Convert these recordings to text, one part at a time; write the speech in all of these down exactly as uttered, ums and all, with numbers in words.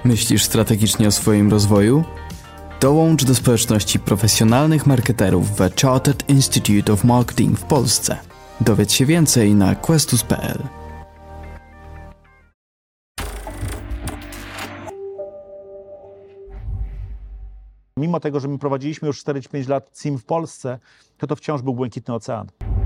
Myślisz strategicznie o swoim rozwoju? Dołącz do społeczności profesjonalnych marketerów w Chartered Institute of Marketing w Polsce. Dowiedz się więcej na questus kropka p l. Mimo tego, że my prowadziliśmy już cztery czy pięć lat C I M w Polsce, to to wciąż był Błękitny Ocean.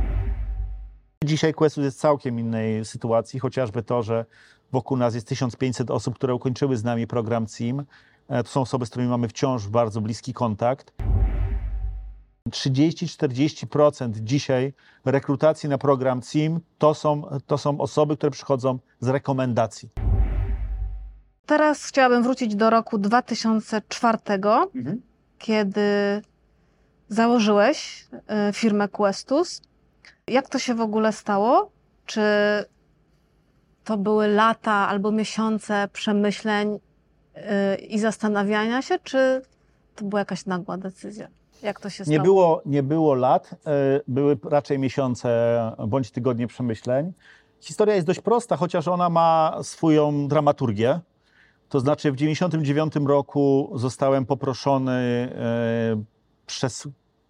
Dzisiaj Questus jest w całkiem innej sytuacji, chociażby to, że wokół nas jest tysiąc pięćset osób, które ukończyły z nami program C I M. To są osoby, z którymi mamy wciąż bardzo bliski kontakt. trzydzieści do czterdziestu procent dzisiaj rekrutacji na program C I M to są, to są osoby, które przychodzą z rekomendacji. Teraz chciałabym wrócić do roku dwa tysiące czwartego, mhm. kiedy założyłeś y, firmę Questus. Jak to się w ogóle stało? Czy to były lata albo miesiące przemyśleń yy, i zastanawiania się, czy to była jakaś nagła decyzja? Jak to się stało? Nie było, nie było lat, yy, były raczej miesiące bądź tygodnie przemyśleń. Historia jest dość prosta, chociaż ona ma swoją dramaturgię. To znaczy w dziewięćdziesiątym dziewiątym roku zostałem poproszony yy, przez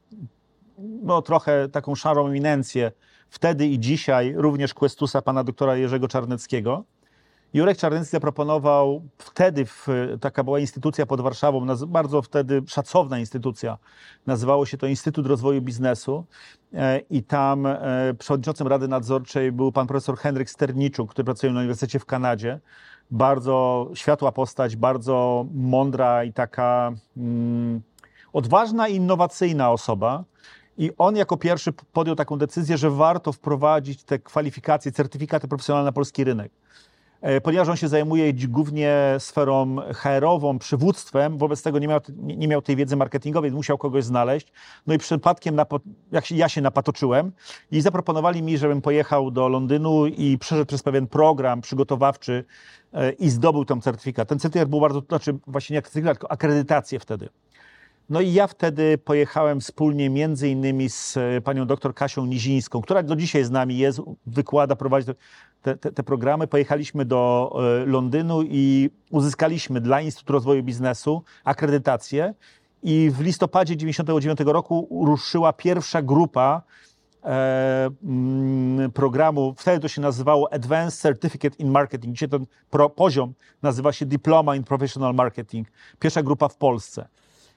no, trochę taką szarą eminencję wtedy i dzisiaj również Questusa, pana doktora Jerzego Czarneckiego. Jurek Czarnecki zaproponował wtedy, w, taka była instytucja pod Warszawą, bardzo wtedy szacowna instytucja, nazywało się to Instytut Rozwoju Biznesu e, i tam e, przewodniczącym Rady Nadzorczej był pan profesor Henryk Sterniczuk, który pracuje na Uniwersytecie w Kanadzie. Bardzo światła postać, bardzo mądra i taka mm, odważna i innowacyjna osoba. I on jako pierwszy podjął taką decyzję, że warto wprowadzić te kwalifikacje, certyfikaty profesjonalne na polski rynek. Ponieważ on się zajmuje głównie sferą H R-ową, przywództwem, wobec tego nie miał, nie miał tej wiedzy marketingowej, musiał kogoś znaleźć. No i przypadkiem, jak się, ja się napatoczyłem i zaproponowali mi, żebym pojechał do Londynu i przeszedł przez pewien program przygotowawczy i zdobył ten certyfikat. Ten certyfikat był bardzo, znaczy właśnie nie certyfikat, tylko akredytację wtedy. No i ja wtedy pojechałem wspólnie między innymi z panią doktor Kasią Nizińską, która do dzisiaj z nami jest, wykłada, prowadzi te, te, te programy. Pojechaliśmy do Londynu i uzyskaliśmy dla Instytutu Rozwoju Biznesu akredytację i w listopadzie dziewięćdziesiątego dziewiątego roku ruszyła pierwsza grupa e, m, programu, wtedy to się nazywało Advanced Certificate in Marketing. Dzisiaj ten pro, poziom nazywa się Diploma in Professional Marketing. Pierwsza grupa w Polsce.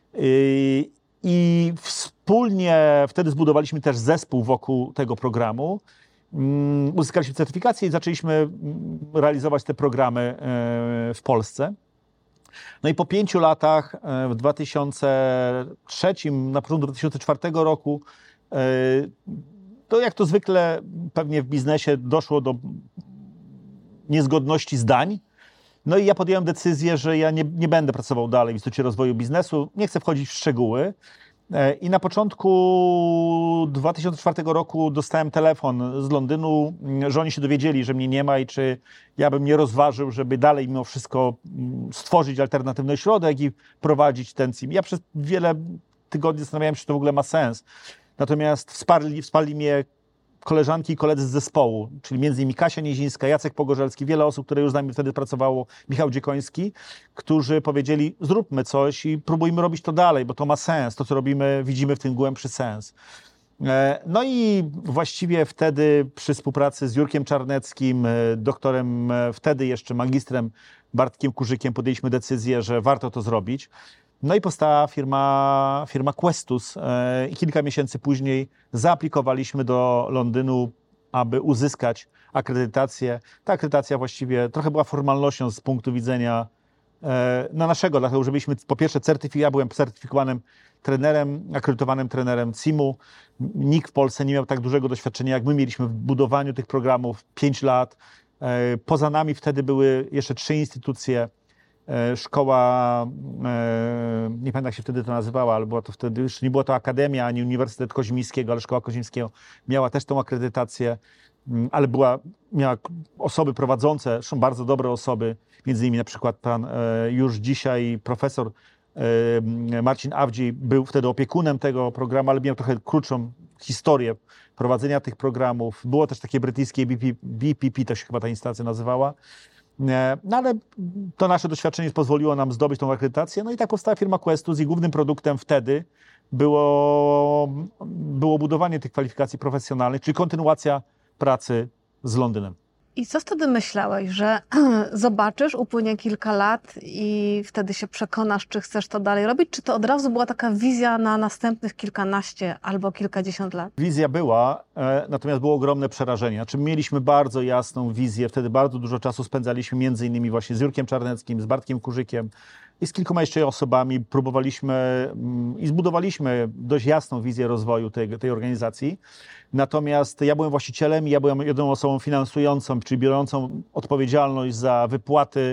I wspólnie wtedy zbudowaliśmy też zespół wokół tego programu. Uzyskaliśmy certyfikację i zaczęliśmy realizować te programy w Polsce. No i po pięciu latach, w dwa tysiące trzecim, na początku dwa tysiące czwartego roku, to jak to zwykle pewnie w biznesie doszło do niezgodności zdań. No i ja podjąłem decyzję, że ja nie, nie będę pracował dalej w Instytucie Rozwoju Biznesu, nie chcę wchodzić w szczegóły. I na początku dwa tysiące czwartego roku dostałem telefon z Londynu, że oni się dowiedzieli, że mnie nie ma i czy ja bym nie rozważył, żeby dalej mimo wszystko stworzyć alternatywny ośrodek i prowadzić ten C I M. Ja przez wiele tygodni zastanawiałem się, czy to w ogóle ma sens. Natomiast wsparli, wsparli mnie koleżanki i koledzy z zespołu, czyli między innymi Kasia Nizińska, Jacek Pogorzelski, wiele osób, które już z nami wtedy pracowało, Michał Dziekoński, którzy powiedzieli, zróbmy coś i próbujmy robić to dalej, bo to ma sens, to co robimy, widzimy w tym głębszy sens. No i właściwie wtedy przy współpracy z Jurkiem Czarneckim, doktorem, wtedy jeszcze magistrem Bartkiem Kurzykiem podjęliśmy decyzję, że warto to zrobić. No i powstała firma, firma Questus i kilka miesięcy później zaaplikowaliśmy do Londynu, aby uzyskać akredytację. Ta akredytacja właściwie trochę była formalnością z punktu widzenia no, naszego, dlatego że byliśmy po pierwsze certyfikowanym, ja byłem certyfikowanym trenerem, akredytowanym trenerem C I M-u. Nikt w Polsce nie miał tak dużego doświadczenia, jak my mieliśmy w budowaniu tych programów, pięć lat. Poza nami wtedy były jeszcze trzy instytucje. Szkoła, nie pamiętam jak się wtedy to nazywała, ale była to wtedy, już nie była to Akademia ani Uniwersytet Koźmińskiego, ale Szkoła Koźmińskiego miała też tą akredytację, ale była, miała osoby prowadzące, zresztą bardzo dobre osoby, między innymi na przykład pan już dzisiaj profesor Marcin Awdziej był wtedy opiekunem tego programu, ale miał trochę krótszą historię prowadzenia tych programów. Było też takie brytyjskie B P P, to się chyba ta instancja nazywała. No ale to nasze doświadczenie pozwoliło nam zdobyć tą akredytację. No i tak powstała firma Questus i głównym produktem wtedy było, było budowanie tych kwalifikacji profesjonalnych, czyli kontynuacja pracy z Londynem. I co wtedy myślałeś, że zobaczysz, upłynie kilka lat i wtedy się przekonasz, czy chcesz to dalej robić, czy to od razu była taka wizja na następnych kilkanaście albo kilkadziesiąt lat? Wizja była, e, natomiast było ogromne przerażenie. Znaczy mieliśmy bardzo jasną wizję, wtedy bardzo dużo czasu spędzaliśmy między innymi właśnie z Jurkiem Czarneckim, z Bartkiem Kurzykiem i z kilkoma jeszcze osobami. Próbowaliśmy mm, i zbudowaliśmy dość jasną wizję rozwoju tej, tej organizacji. Natomiast ja byłem właścicielem i ja byłem jedyną osobą finansującą, czyli biorącą odpowiedzialność za wypłaty,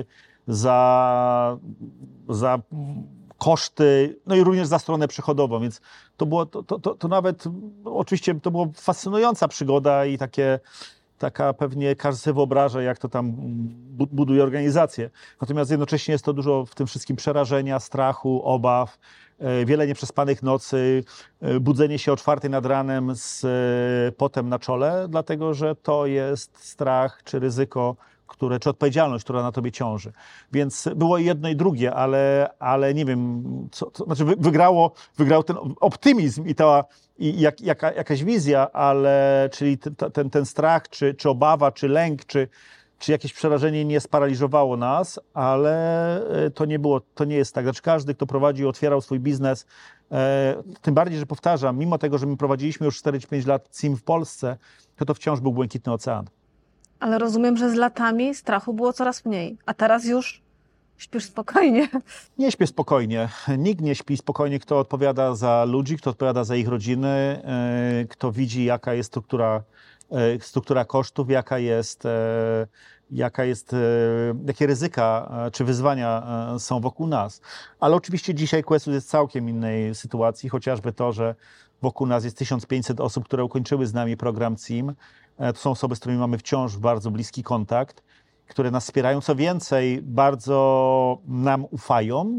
za, za koszty, no i również za stronę przychodową, więc to było, to, to, to nawet, oczywiście to była fascynująca przygoda i takie, taka pewnie każdy sobie wyobraża, jak to tam buduje organizację. Natomiast jednocześnie jest to dużo w tym wszystkim przerażenia, strachu, obaw, wiele nieprzespanych nocy, budzenie się o czwartej nad ranem z potem na czole, dlatego że to jest strach czy ryzyko, które, czy odpowiedzialność, która na tobie ciąży. Więc było jedno i drugie, ale, ale nie wiem, co, co znaczy wygrało, wygrał ten optymizm i ta i jak, jaka, jakaś wizja, ale czyli ten, ten, ten strach, czy, czy obawa, czy lęk, czy, czy jakieś przerażenie nie sparaliżowało nas, ale to nie było, to nie jest tak. Znaczy każdy, kto prowadził, otwierał swój biznes, e, tym bardziej, że powtarzam, mimo tego, że my prowadziliśmy już cztery czy pięć lat C I M w Polsce, to to wciąż był błękitny ocean. Ale rozumiem, że z latami strachu było coraz mniej, a teraz już śpisz spokojnie. Nie śpię spokojnie. Nikt nie śpi spokojnie, kto odpowiada za ludzi, kto odpowiada za ich rodziny, yy, kto widzi, jaka jest struktura, yy, struktura kosztów, jaka jest, yy, jaka jest, yy, jakie ryzyka yy, czy wyzwania yy, są wokół nas. Ale oczywiście dzisiaj Questus jest w całkiem innej sytuacji, chociażby to, że wokół nas jest tysiąc pięćset osób, które ukończyły z nami program C I M. To są osoby, z którymi mamy wciąż bardzo bliski kontakt, które nas wspierają. Co więcej, bardzo nam ufają.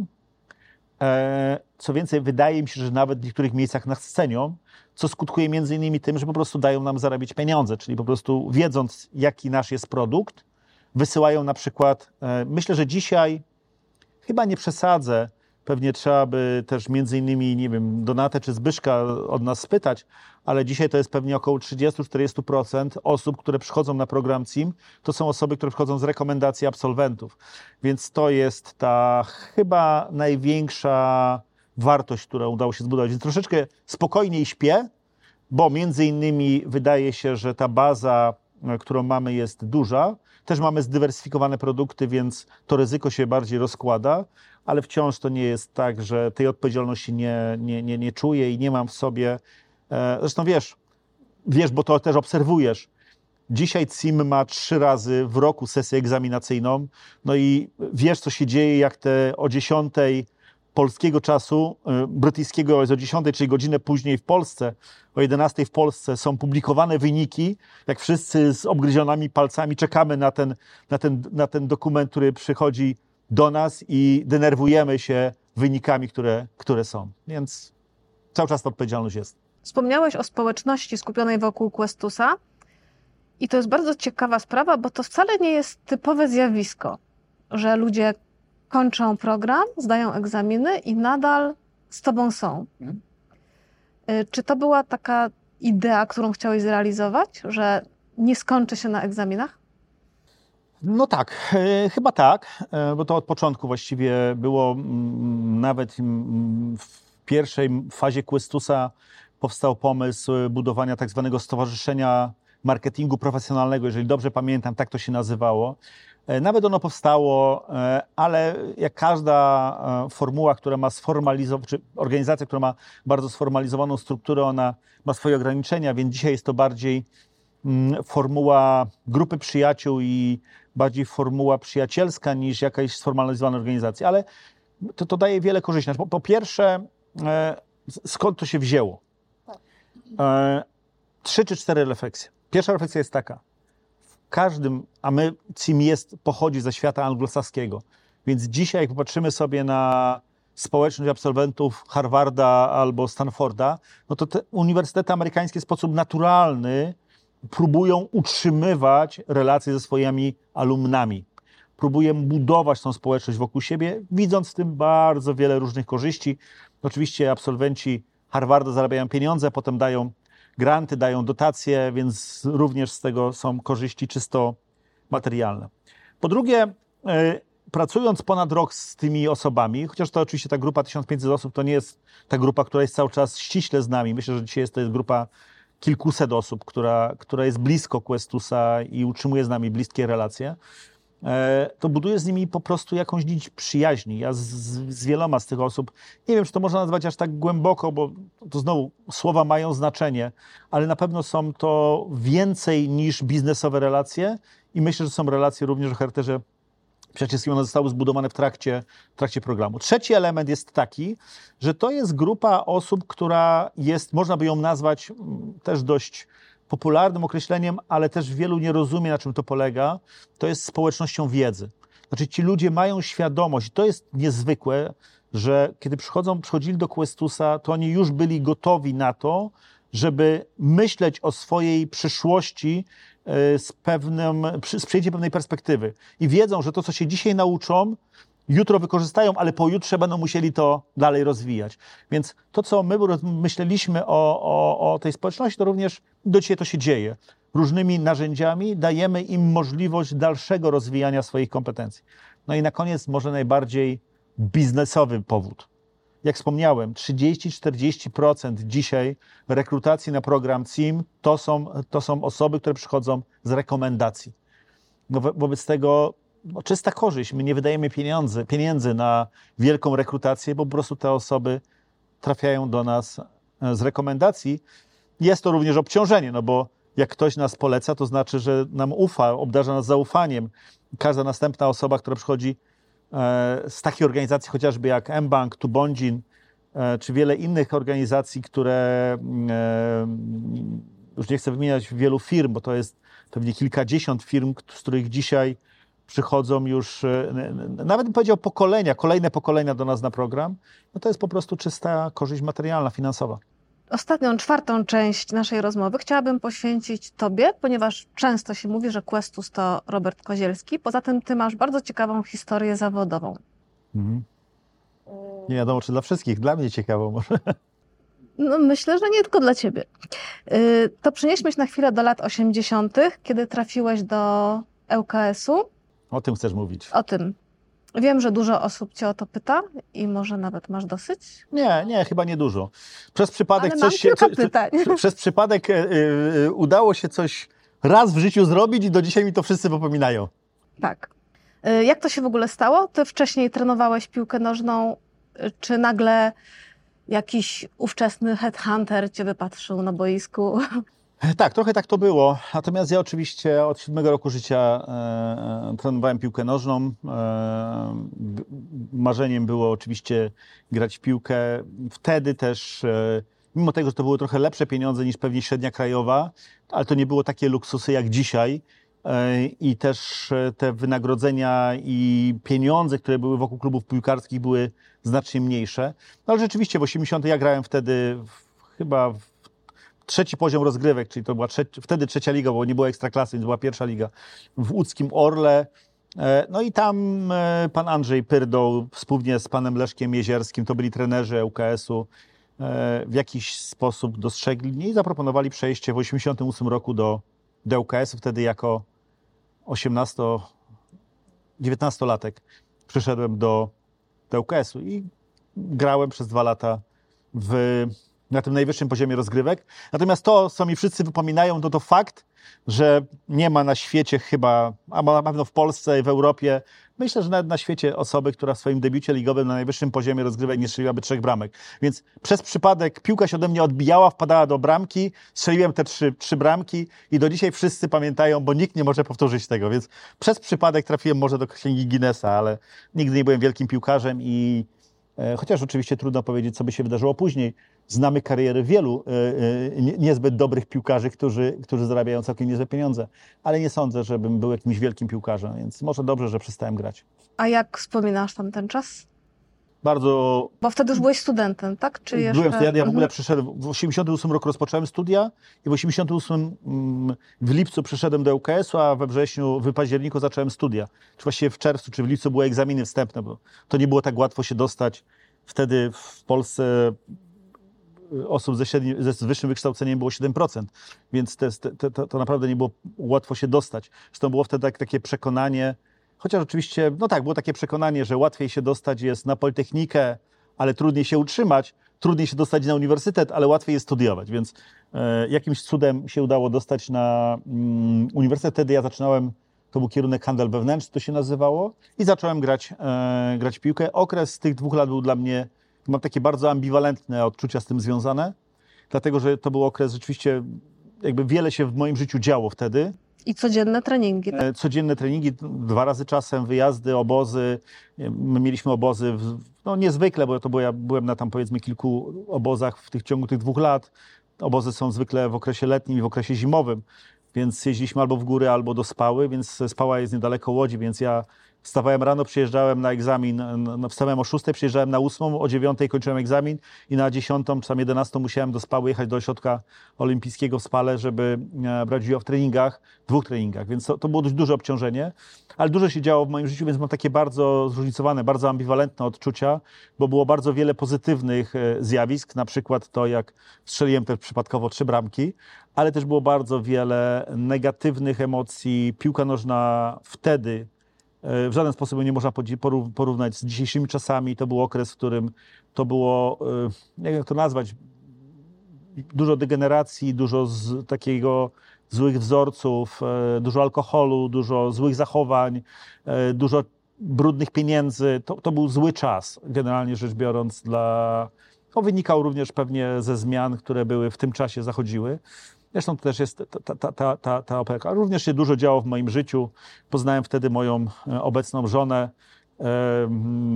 Co więcej, wydaje mi się, że nawet w niektórych miejscach nas cenią, co skutkuje między innymi tym, że po prostu dają nam zarabiać pieniądze, czyli po prostu wiedząc, jaki nasz jest produkt, wysyłają na przykład, myślę, że dzisiaj, chyba nie przesadzę, pewnie trzeba by też między innymi, nie wiem, Donatę czy Zbyszka od nas spytać, ale dzisiaj to jest pewnie około trzydzieści do czterdziestu procent osób, które przychodzą na program C I M, to są osoby, które przychodzą z rekomendacji absolwentów. Więc to jest ta chyba największa wartość, którą udało się zbudować. Więc troszeczkę spokojniej śpię, bo między innymi wydaje się, że ta baza, którą mamy, jest duża. Też mamy zdywersyfikowane produkty, więc to ryzyko się bardziej rozkłada, ale wciąż to nie jest tak, że tej odpowiedzialności nie, nie, nie, nie czuję i nie mam w sobie. Zresztą wiesz, wiesz, bo to też obserwujesz. Dzisiaj C I M ma trzy razy w roku sesję egzaminacyjną, no i wiesz, co się dzieje, jak te o dziesiątej polskiego czasu, brytyjskiego jest o dziesiątej, czyli godzinę później w Polsce, o jedenastej w Polsce są publikowane wyniki, jak wszyscy z obgryzionymi palcami czekamy na ten, na ten, na ten dokument, który przychodzi do nas i denerwujemy się wynikami, które, które są. Więc cały czas ta odpowiedzialność jest. Wspomniałeś o społeczności skupionej wokół Questusa i to jest bardzo ciekawa sprawa, bo to wcale nie jest typowe zjawisko, że ludzie kończą program, zdają egzaminy i nadal z tobą są. Hmm. Czy to była taka idea, którą chciałeś zrealizować, że nie skończy się na egzaminach? No tak, e, chyba tak, e, bo to od początku właściwie było, m, nawet m, w pierwszej fazie Questusa powstał pomysł budowania tak zwanego Stowarzyszenia Marketingu Profesjonalnego, jeżeli dobrze pamiętam, tak to się nazywało. E, nawet ono powstało, e, ale jak każda e, formuła, która ma sformalizowaną, czy organizacja, która ma bardzo sformalizowaną strukturę, ona ma swoje ograniczenia, więc dzisiaj jest to bardziej formuła grupy przyjaciół i bardziej formuła przyjacielska niż jakaś sformalizowana organizacja, ale to, to daje wiele korzyści. Po, po pierwsze, e, skąd to się wzięło? E, trzy czy cztery refleksje. Pierwsza refleksja jest taka. W każdym, a my, C I M jest, pochodzi ze świata anglosaskiego, więc dzisiaj jak popatrzymy sobie na społeczność absolwentów Harvarda albo Stanforda, no to te uniwersytety amerykańskie w sposób naturalny próbują utrzymywać relacje ze swoimi alumnami. próbuje budować tą społeczność wokół siebie, widząc w tym bardzo wiele różnych korzyści. Oczywiście absolwenci Harvarda zarabiają pieniądze, potem dają granty, dają dotacje, więc również z tego są korzyści czysto materialne. Po drugie, pracując ponad rok z tymi osobami, chociaż to oczywiście ta grupa tysiąc pięćset osób to nie jest ta grupa, która jest cały czas ściśle z nami. Myślę, że dzisiaj jest to jest grupa kilkuset osób, która, która jest blisko Questusa i utrzymuje z nami bliskie relacje. To buduję z nimi po prostu jakąś nić przyjaźni. Ja z, z wieloma z tych osób, nie wiem, czy to można nazwać aż tak głęboko, bo to znowu słowa mają znaczenie, ale na pewno są to więcej niż biznesowe relacje i myślę, że są relacje również o charakterze przyjacielskim. One zostały zbudowane w trakcie, w trakcie programu. Trzeci element jest taki, że to jest grupa osób, która jest, można by ją nazwać też dość popularnym określeniem, ale też wielu nie rozumie, na czym to polega, to jest społecznością wiedzy. Znaczy ci ludzie mają świadomość, to jest niezwykłe, że kiedy przychodzą, przychodzili do Questusa, to oni już byli gotowi na to, żeby myśleć o swojej przyszłości z, pewnym, z przyjęciem pewnej perspektywy. I wiedzą, że to, co się dzisiaj nauczą, jutro wykorzystają, ale pojutrze będą musieli to dalej rozwijać. Więc to, co my myśleliśmy o, o, o tej społeczności, to również do dzisiaj to się dzieje. Różnymi narzędziami dajemy im możliwość dalszego rozwijania swoich kompetencji. No i na koniec może najbardziej biznesowy powód. Jak wspomniałem, trzydzieści do czterdziestu procent dzisiaj rekrutacji na program C I M to są, to są osoby, które przychodzą z rekomendacji. No wo- wobec tego no, czysta korzyść. My nie wydajemy pieniędzy, pieniędzy na wielką rekrutację, bo po prostu te osoby trafiają do nas z rekomendacji. Jest to również obciążenie, no bo jak ktoś nas poleca, to znaczy, że nam ufa, obdarza nas zaufaniem. Każda następna osoba, która przychodzi e, z takiej organizacji chociażby jak mBank, Tubondzin, e, czy wiele innych organizacji, które e, już nie chcę wymieniać wielu firm, bo to jest pewnie kilkadziesiąt firm, z których dzisiaj przychodzą już, nawet bym powiedział pokolenia, kolejne pokolenia do nas na program, no to jest po prostu czysta korzyść materialna, finansowa. Ostatnią, czwartą część naszej rozmowy chciałabym poświęcić Tobie, ponieważ często się mówi, że Questus to Robert Kozielski. Poza tym Ty masz bardzo ciekawą historię zawodową. Mhm. Nie wiadomo, czy dla wszystkich, dla mnie ciekawo może. No, myślę, że nie tylko dla Ciebie. Yy, to przenieśmy się na chwilę do lat osiemdziesiątych, kiedy trafiłeś do L K S-u. O tym chcesz mówić? O tym. Wiem, że dużo osób Cię o to pyta i może nawet masz dosyć. Nie, nie, chyba nie dużo. Przez przypadek Ale coś mam się... kilka co, pytań. co, przez przypadek e, e, udało się coś raz w życiu zrobić i do dzisiaj mi to wszyscy popominają. Tak. Yy, jak to się w ogóle stało? Ty wcześniej trenowałeś piłkę nożną, yy, czy nagle jakiś ówczesny headhunter Cię wypatrzył na boisku? Tak, trochę tak to było. Natomiast ja oczywiście od siódmego roku życia e, trenowałem piłkę nożną. E, marzeniem było oczywiście grać w piłkę. Wtedy też, e, mimo tego, że to były trochę lepsze pieniądze niż pewnie średnia krajowa, ale to nie było takie luksusy jak dzisiaj. E, I też te wynagrodzenia i pieniądze, które były wokół klubów piłkarskich, były znacznie mniejsze. No, ale rzeczywiście w osiemdziesiątych ja grałem wtedy w, chyba w trzeci poziom rozgrywek, czyli to była trze- wtedy trzecia liga, bo nie była ekstraklasy, więc była pierwsza liga w łódzkim Orle. No i tam pan Andrzej Pyrdoł wspólnie z panem Leszkiem Jezierskim, to byli trenerzy L K S-u, w jakiś sposób dostrzegli mnie i zaproponowali przejście w osiemdziesiątym ósmym roku do, do L K S-u. Wtedy jako osiemnasto dziewiętnastolatek przyszedłem do, do L K S-u i grałem przez dwa lata w na tym najwyższym poziomie rozgrywek. Natomiast to, co mi wszyscy wypominają, to to fakt, że nie ma na świecie chyba, a na pewno w Polsce i w Europie, myślę, że nawet na świecie osoby, która w swoim debiucie ligowym na najwyższym poziomie rozgrywek nie strzeliłaby trzech bramek. Więc przez przypadek piłka się ode mnie odbijała, wpadała do bramki, strzeliłem te trzy, trzy bramki i do dzisiaj wszyscy pamiętają, bo nikt nie może powtórzyć tego. Więc przez przypadek trafiłem może do Księgi Guinnessa, ale nigdy nie byłem wielkim piłkarzem i e, chociaż oczywiście trudno powiedzieć, co by się wydarzyło później. Znamy kariery wielu y, y, niezbyt dobrych piłkarzy, którzy, którzy zarabiają całkiem niezłe pieniądze, ale nie sądzę, żebym był jakimś wielkim piłkarzem, więc może dobrze, że przestałem grać. A jak wspominasz tam ten czas? bardzo... Bo wtedy już byłeś studentem, tak? Czy jeszcze... Byłem studentem, ja w ogóle Mhm. przyszedłem, w osiemdziesiątym ósmym roku rozpocząłem studia i w osiemdziesiątym ósmym mm, w lipcu przyszedłem do U K S u, a we wrześniu, w październiku zacząłem studia. Czy właściwie w czerwcu, czy w lipcu były egzaminy wstępne, bo to nie było tak łatwo się dostać. Wtedy w Polsce osób ze, średnim, ze wyższym wykształceniem było siedem procent, więc te, te, to, to naprawdę nie było łatwo się dostać. Zresztą było wtedy tak, takie przekonanie, chociaż oczywiście, no tak, było takie przekonanie, że łatwiej się dostać jest na Politechnikę, ale trudniej się utrzymać, trudniej się dostać na uniwersytet, ale łatwiej jest studiować, więc e, jakimś cudem się udało dostać na mm, uniwersytet. Wtedy ja zaczynałem, to był kierunek handel wewnętrzny, to się nazywało, i zacząłem grać, e, grać w piłkę. Okres tych dwóch lat był dla mnie, mam takie bardzo ambiwalentne odczucia z tym związane, dlatego że to był okres rzeczywiście, jakby wiele się w moim życiu działo wtedy. I codzienne treningi, tak? E, Codzienne treningi, dwa razy czasem, wyjazdy, obozy. My mieliśmy obozy, w, no niezwykle, bo to było, ja byłem na tam powiedzmy kilku obozach w tych ciągu tych dwóch lat. Obozy są zwykle w okresie letnim i w okresie zimowym, więc jeździliśmy albo w góry, albo do Spały, więc Spała jest niedaleko Łodzi, więc ja wstawałem rano, przyjeżdżałem na egzamin, no, wstawałem o szóstej, przyjeżdżałem na ósmą, o dziewiątej kończyłem egzamin i na dziesiątą czy tam jedenastą musiałem do Spały jechać do ośrodka olimpijskiego w Spale, żeby e, brać udział w treningach, dwóch treningach, więc to, to było dość duże obciążenie, ale dużo się działo w moim życiu, więc mam takie bardzo zróżnicowane, bardzo ambiwalentne odczucia, bo było bardzo wiele pozytywnych e, zjawisk, na przykład to, jak strzeliłem też przypadkowo trzy bramki, ale też było bardzo wiele negatywnych emocji. Piłka nożna wtedy w żaden sposób nie można porównać z dzisiejszymi czasami. To był okres, w którym to było, nie wiem jak to nazwać, dużo degeneracji, dużo z takiego złych wzorców, dużo alkoholu, dużo złych zachowań, dużo brudnych pieniędzy. To, to był zły czas, generalnie rzecz biorąc, dla... No, wynikał również pewnie ze zmian, które były w tym czasie zachodziły. Zresztą to też jest ta, ta, ta, ta, ta opieka. Również się dużo działo w moim życiu. Poznałem wtedy moją obecną żonę. E, e,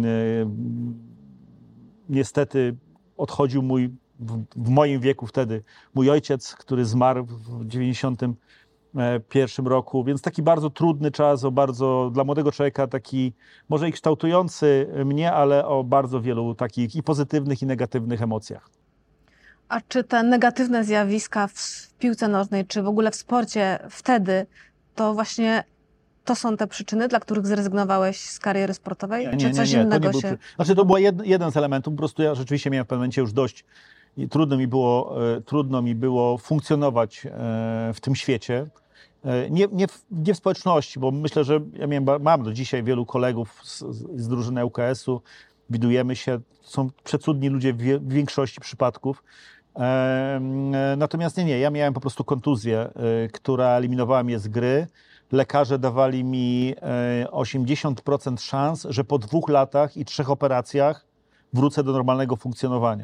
niestety odchodził mój, w, w moim wieku wtedy, mój ojciec, który zmarł w dziewięćdziesiątym pierwszym roku, więc taki bardzo trudny czas, o bardzo dla młodego człowieka taki może i kształtujący mnie, ale o bardzo wielu takich i pozytywnych, i negatywnych emocjach. A czy te negatywne zjawiska w, w piłce nożnej, czy w ogóle w sporcie wtedy, to właśnie to są te przyczyny, dla których zrezygnowałeś z kariery sportowej? Nie, czy nie, coś nie, nie, innego to nie się... był... Znaczy to był jed, jeden z elementów, po prostu ja rzeczywiście miałem w pewnym momencie już dość i trudno mi było, e, trudno mi było funkcjonować e, w tym świecie. E, nie, nie, w, nie w społeczności, bo myślę, że ja miałem, mam do dzisiaj wielu kolegów z, z drużyny U K S u, widujemy się, są przecudni ludzie w, wie, w większości przypadków. Natomiast nie, nie, ja miałem po prostu kontuzję, która eliminowała mnie z gry. Lekarze dawali mi osiemdziesiąt procent szans, że po dwóch latach i trzech operacjach wrócę do normalnego funkcjonowania.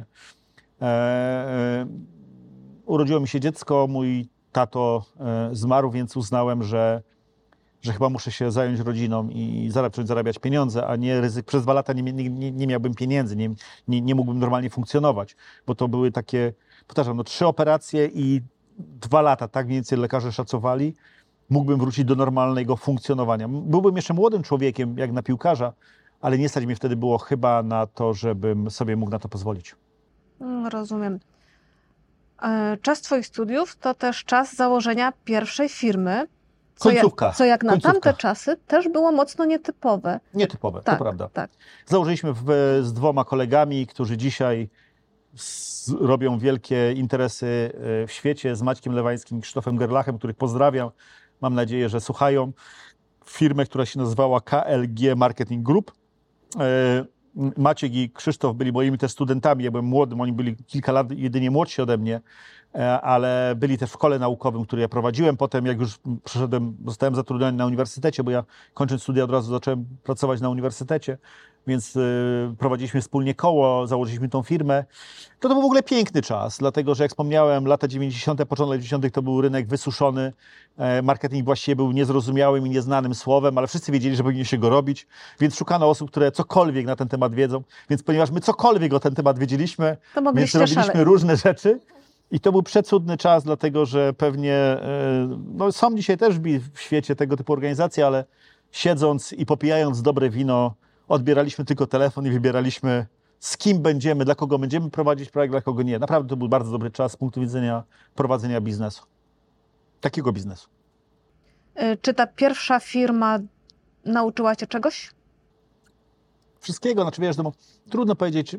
Urodziło mi się dziecko, mój tato zmarł, więc uznałem, że, że chyba muszę się zająć rodziną i zacząć zarabiać pieniądze, a nie ryzyk. Przez dwa lata nie, nie, nie miałbym pieniędzy, nie, nie, nie mógłbym normalnie funkcjonować, bo to były takie, powtarzam, no trzy operacje i dwa lata, tak mniej więcej lekarze szacowali, mógłbym wrócić do normalnego funkcjonowania. Byłbym jeszcze młodym człowiekiem, jak na piłkarza, ale nie stać mnie wtedy było chyba na to, żebym sobie mógł na to pozwolić. Rozumiem. Czas twoich studiów to też czas założenia pierwszej firmy. Co Końcówka. Jak, co jak na Końcówka. tamte czasy też było mocno nietypowe. Nietypowe, Tak, to prawda. tak. Założyliśmy w, z dwoma kolegami, którzy dzisiaj z, robią wielkie interesy w świecie, z Maćkiem Lewańskim i Krzysztofem Gerlachem, których pozdrawiam. Mam nadzieję, że słuchają. Firmę, która się nazywała K L G Marketing Group. Maciek i Krzysztof byli moimi też studentami. Ja byłem młodym, oni byli kilka lat jedynie młodsi ode mnie, ale byli też w szkole naukowym, który ja prowadziłem. Potem, jak już przeszedłem, zostałem zatrudniony na uniwersytecie, bo ja kończąc studia od razu zacząłem pracować na uniwersytecie, więc y, prowadziliśmy wspólnie koło, założyliśmy tą firmę. To, to był w ogóle piękny czas, dlatego że jak wspomniałem, lata dziewięćdziesiąte, początek lat dziewięćdziesiątych to był rynek wysuszony. E, marketing właściwie był niezrozumiałym i nieznanym słowem, ale wszyscy wiedzieli, że powinien się go robić, więc szukano osób, które cokolwiek na ten temat wiedzą. Więc ponieważ my cokolwiek o ten temat wiedzieliśmy, To więc mogliście robiliśmy szaleć. różne rzeczy. I to był przecudny czas, dlatego że pewnie, no są dzisiaj też w świecie tego typu organizacje, ale siedząc i popijając dobre wino, odbieraliśmy tylko telefon i wybieraliśmy, z kim będziemy, dla kogo będziemy prowadzić projekt, dla kogo nie. Naprawdę to był bardzo dobry czas z punktu widzenia prowadzenia biznesu. Takiego biznesu. Czy ta pierwsza firma nauczyła cię czegoś? Wszystkiego, znaczy wiesz, no, trudno powiedzieć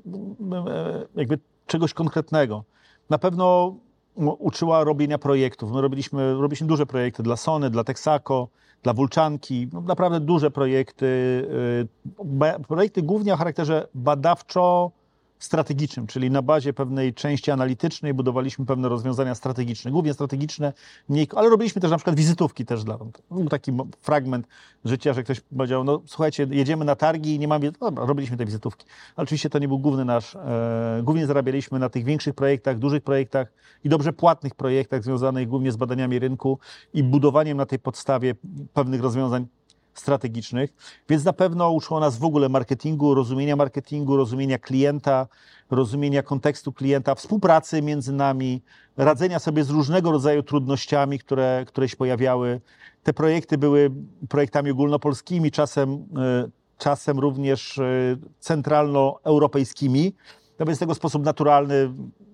jakby czegoś konkretnego. Na pewno uczyła robienia projektów. My robiliśmy, robiliśmy duże projekty dla Sony, dla Texaco, dla Wulczanki. No, naprawdę duże projekty. Projekty głównie o charakterze badawczo-strategicznym, czyli na bazie pewnej części analitycznej budowaliśmy pewne rozwiązania strategiczne, głównie strategiczne, mniej, ale robiliśmy też na przykład wizytówki też dla był taki fragment życia, że ktoś powiedział, no słuchajcie, jedziemy na targi i nie mamy, no, dobra, robiliśmy te wizytówki. Ale oczywiście to nie był główny nasz, e, głównie zarabialiśmy na tych większych projektach, dużych projektach i dobrze płatnych projektach związanych głównie z badaniami rynku i budowaniem na tej podstawie pewnych rozwiązań strategicznych, więc na pewno uczyło nas w ogóle marketingu, rozumienia marketingu, rozumienia klienta, rozumienia kontekstu klienta, współpracy między nami, radzenia sobie z różnego rodzaju trudnościami, które, które się pojawiały. Te projekty były projektami ogólnopolskimi, czasem, czasem również centralnoeuropejskimi, no więc w tego sposób naturalny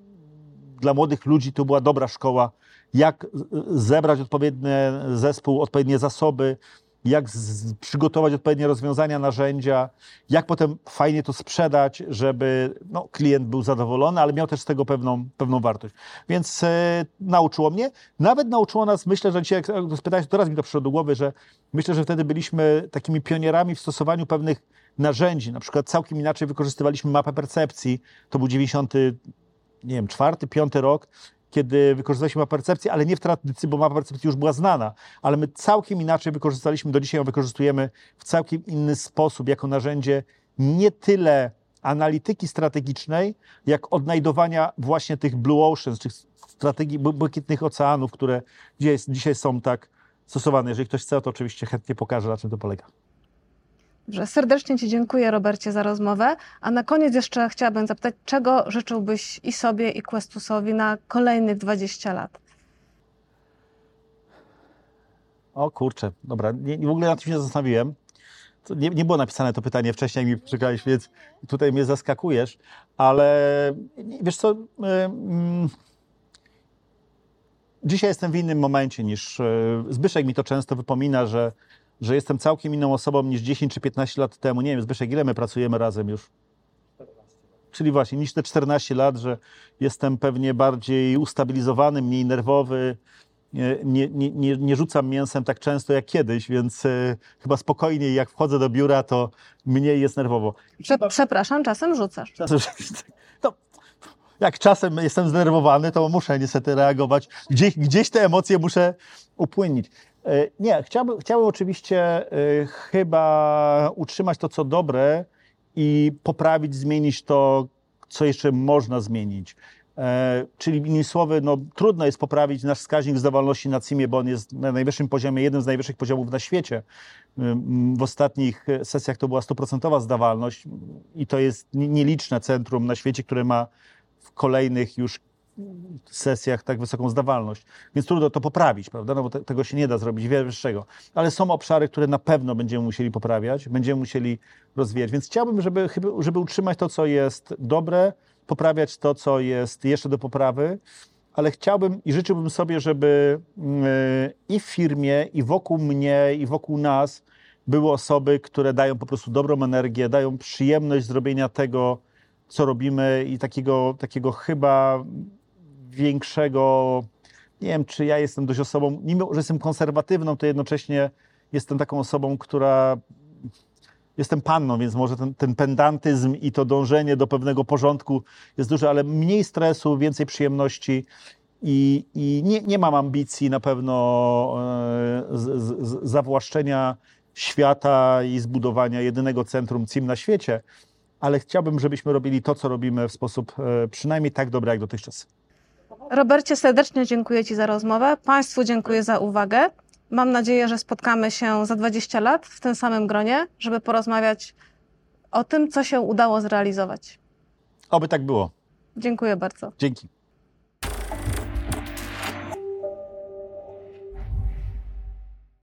dla młodych ludzi to była dobra szkoła, jak zebrać odpowiedni zespół, odpowiednie zasoby, jak z, przygotować odpowiednie rozwiązania, narzędzia, jak potem fajnie to sprzedać, żeby no, klient był zadowolony, ale miał też z tego pewną, pewną wartość. Więc e, nauczyło mnie. Nawet nauczyło nas, myślę, że dzisiaj, jak spytałeś, to teraz mi to przyszło do głowy, że myślę, że wtedy byliśmy takimi pionierami w stosowaniu pewnych narzędzi. Na przykład całkiem inaczej wykorzystywaliśmy mapę percepcji. To był dziewięćdziesiąty, nie wiem, czwarty, piąty rok, kiedy wykorzystaliśmy mapę percepcji, ale nie w tradycji, bo mapa percepcji już była znana, ale my całkiem inaczej wykorzystaliśmy, do dzisiaj ją wykorzystujemy w całkiem inny sposób, jako narzędzie nie tyle analityki strategicznej, jak odnajdowania właśnie tych blue oceans, tych strategii błękitnych oceanów, które dzisiaj, dzisiaj są tak stosowane. Jeżeli ktoś chce, to oczywiście chętnie pokażę, na czym to polega. Dobrze, serdecznie Ci dziękuję, Robercie, za rozmowę. A na koniec jeszcze chciałabym zapytać, czego życzyłbyś i sobie, i Questusowi na kolejnych dwadzieścia lat? O kurczę, dobra, nie, w ogóle nad tym się zastanowiłem. To nie, nie było napisane to pytanie wcześniej, jak mi czekałeś, więc tutaj mnie zaskakujesz, ale wiesz co, yy, dzisiaj jestem w innym momencie niż yy, Zbyszek mi to często wypomina, że że jestem całkiem inną osobą niż dziesięć czy piętnaście lat temu. Nie wiem, Zbyszek, ile my pracujemy razem już? czternaście. Czyli właśnie, niż te czternaście lat, że jestem pewnie bardziej ustabilizowany, mniej nerwowy, nie, nie, nie, nie rzucam mięsem tak często jak kiedyś, więc y, chyba spokojniej jak wchodzę do biura, to mniej jest nerwowo. Prze przepraszam, czasem rzucasz. Czasem, no, jak czasem jestem zdenerwowany, to muszę niestety reagować. Gdzieś, gdzieś te emocje muszę upłynnić. Nie, chciałbym, chciałbym oczywiście y, chyba utrzymać to, co dobre i poprawić, zmienić to, co jeszcze można zmienić. E, czyli innymi słowy, no, trudno jest poprawić nasz wskaźnik zdawalności na C I M-ie, bo on jest na najwyższym poziomie, jednym z najwyższych poziomów na świecie. W ostatnich sesjach to była stuprocentowa zdawalność i to jest nieliczne centrum na świecie, które ma w kolejnych już sesjach tak wysoką zdawalność. Więc trudno to poprawić, prawda? No bo te, tego się nie da zrobić wyższego. Ale są obszary, które na pewno będziemy musieli poprawiać, będziemy musieli rozwijać. Więc chciałbym, żeby, żeby utrzymać to, co jest dobre, poprawiać to, co jest jeszcze do poprawy, ale chciałbym i życzyłbym sobie, żeby i w firmie, i wokół mnie, i wokół nas były osoby, które dają po prostu dobrą energię, dają przyjemność zrobienia tego, co robimy i takiego, takiego chyba większego, nie wiem, czy ja jestem dość osobą, mimo że jestem konserwatywną, to jednocześnie jestem taką osobą, która, jestem panną, więc może ten, ten pendantyzm i to dążenie do pewnego porządku jest duże, ale mniej stresu, więcej przyjemności i, i nie, nie mam ambicji na pewno e, z, z, zawłaszczenia świata i zbudowania jedynego centrum C I M na świecie, ale chciałbym, żebyśmy robili to, co robimy w sposób e, przynajmniej tak dobry, jak dotychczas. Robercie, serdecznie dziękuję Ci za rozmowę. Państwu dziękuję za uwagę. Mam nadzieję, że spotkamy się za dwadzieścia lat w tym samym gronie, żeby porozmawiać o tym, co się udało zrealizować. Oby tak było. Dziękuję bardzo. Dzięki.